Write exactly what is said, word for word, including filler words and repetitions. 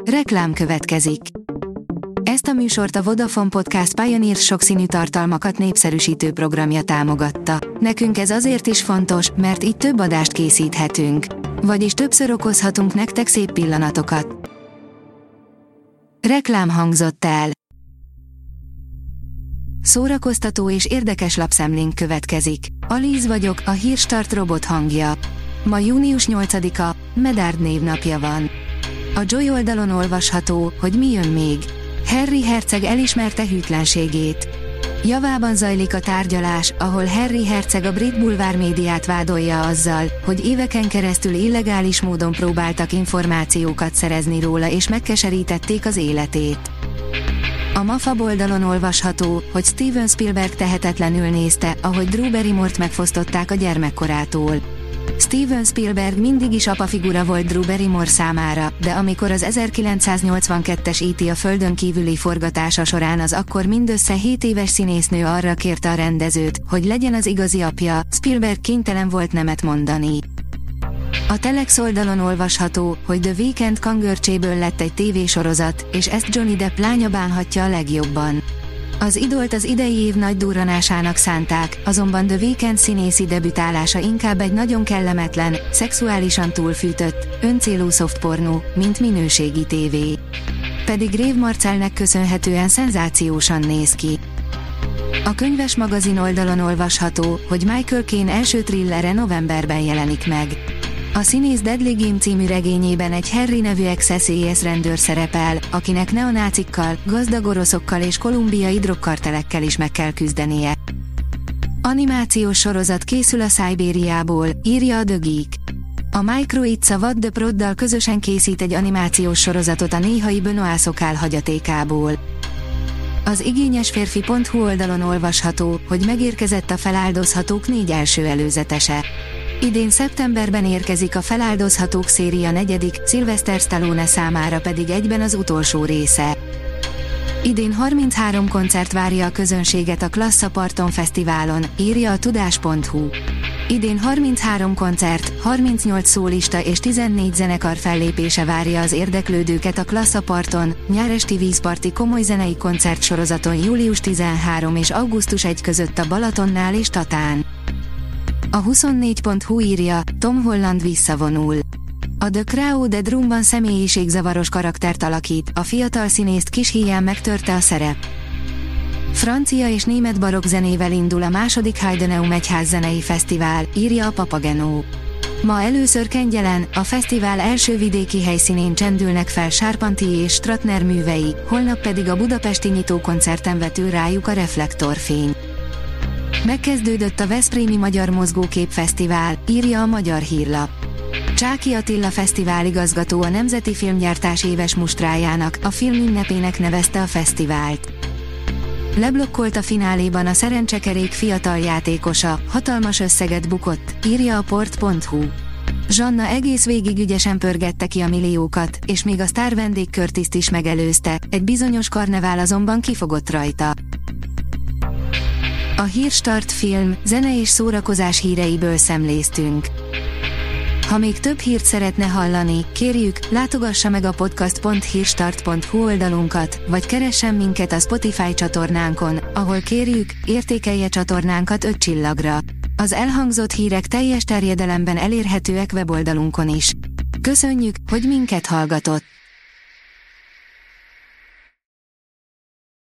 Reklám következik. Ezt a műsort a Vodafone Podcast Pioneer sokszínű tartalmakat népszerűsítő programja támogatta. Nekünk ez azért is fontos, mert így több adást készíthetünk. Vagyis többször okozhatunk nektek szép pillanatokat. Reklám hangzott el. Szórakoztató és érdekes lapszemlénk következik. Alíz vagyok, a Hírstart robot hangja. Ma június nyolcadika, Medard névnapja van. A Joy oldalon olvasható, hogy mi jön még. Harry herceg elismerte hűtlenségét. Javában zajlik a tárgyalás, ahol Harry herceg a brit bulvár médiát vádolja azzal, hogy éveken keresztül illegális módon próbáltak információkat szerezni róla és megkeserítették az életét. A Mafab oldalon olvasható, hogy Steven Spielberg tehetetlenül nézte, ahogy Drew Barrymore-t megfosztották a gyermekkorától. Steven Spielberg mindig is apafigura volt Drew Barrymore számára, de amikor az ezerkilencszáznyolcvankettes é té a földön kívüli forgatása során az akkor mindössze hét éves színésznő arra kérte a rendezőt, hogy legyen az igazi apja, Spielberg kénytelen volt nemet mondani. A Telex oldalon olvasható, hogy The Weeknd kangörcséből lett egy tévésorozat, és ezt Johnny Depp lánya bánhatja a legjobban. Az idolt az idei év nagy durranásának szánták, azonban The Weeknd színészi debütálása inkább egy nagyon kellemetlen, szexuálisan túlfűtött, öncélú szoftpornó, mint minőségi tévé. Pedig Rév Marcelnek köszönhetően szenzációsan néz ki. A Könyves magazin oldalon olvasható, hogy Michael Caine első thrillere novemberben jelenik meg. A színész Deadly Game című regényében egy Harry nevű ex es é es rendőr szerepel, akinek neonácikkal, gazdag oroszokkal és kolumbiai drogkartelekkel is meg kell küzdenie. Animációs sorozat készül a Szibériából, írja a The Geek. A Micro It's a What the Proddal közösen készít egy animációs sorozatot a néhai Benoît Szokál hagyatékából. Az igényesférfi pont hu oldalon olvasható, hogy megérkezett a Feláldozhatók négy első előzetese. Idén szeptemberben érkezik a Feláldozhatók széria negyedik, Sylvester Stallone számára pedig egyben az utolsó része. Idén harminchárom koncert várja a közönséget a Klassza Parton Fesztiválon, írja a tudás pont hu. Idén harminchárom koncert, harmincnyolc szólista és tizennégy zenekar fellépése várja az érdeklődőket a Klassza Parton, nyáresti vízparti komoly zenei koncertsorozaton július tizenharmadika és augusztus elsejé között a Balatonnál és Tatán. A huszonnégy pont hu írja, Tom Holland visszavonul. A The Crowded Roomban személyiségzavaros karaktert alakít, a fiatal színészt kis híján megtörte a szerep. Francia és német barokk zenével indul a második Heideneum Egyházzenei Fesztivál, írja a Papageno. Ma először Kengyelen, a fesztivál első vidéki helyszínén csendülnek fel Charpentier és Stratner művei, holnap pedig a budapesti nyitókoncerten vetül rájuk a reflektorfény. Megkezdődött a Veszprémi Magyar Mozgókép Fesztivál, írja a Magyar Hírlap. Csáky Attila fesztivál igazgató a Nemzeti Filmgyártás éves mustrájának, a film ünnepének nevezte a fesztivált. Leblokkolt a fináléban a szerencsekerék fiatal játékosa, hatalmas összeget bukott, írja a port pont hu. Zsanna egész végig ügyesen pörgette ki a milliókat, és még a sztár vendégkörtiszt is megelőzte, egy bizonyos karnevál azonban kifogott rajta. A Hírstart film, zene és szórakozás híreiből szemléztünk. Ha még több hírt szeretne hallani, kérjük, látogassa meg a podcast pont hírstart pont hu oldalunkat, vagy keressen minket a Spotify csatornánkon, ahol kérjük, értékelje csatornánkat öt csillagra. Az elhangzott hírek teljes terjedelemben elérhetőek weboldalunkon is. Köszönjük, hogy minket hallgatott!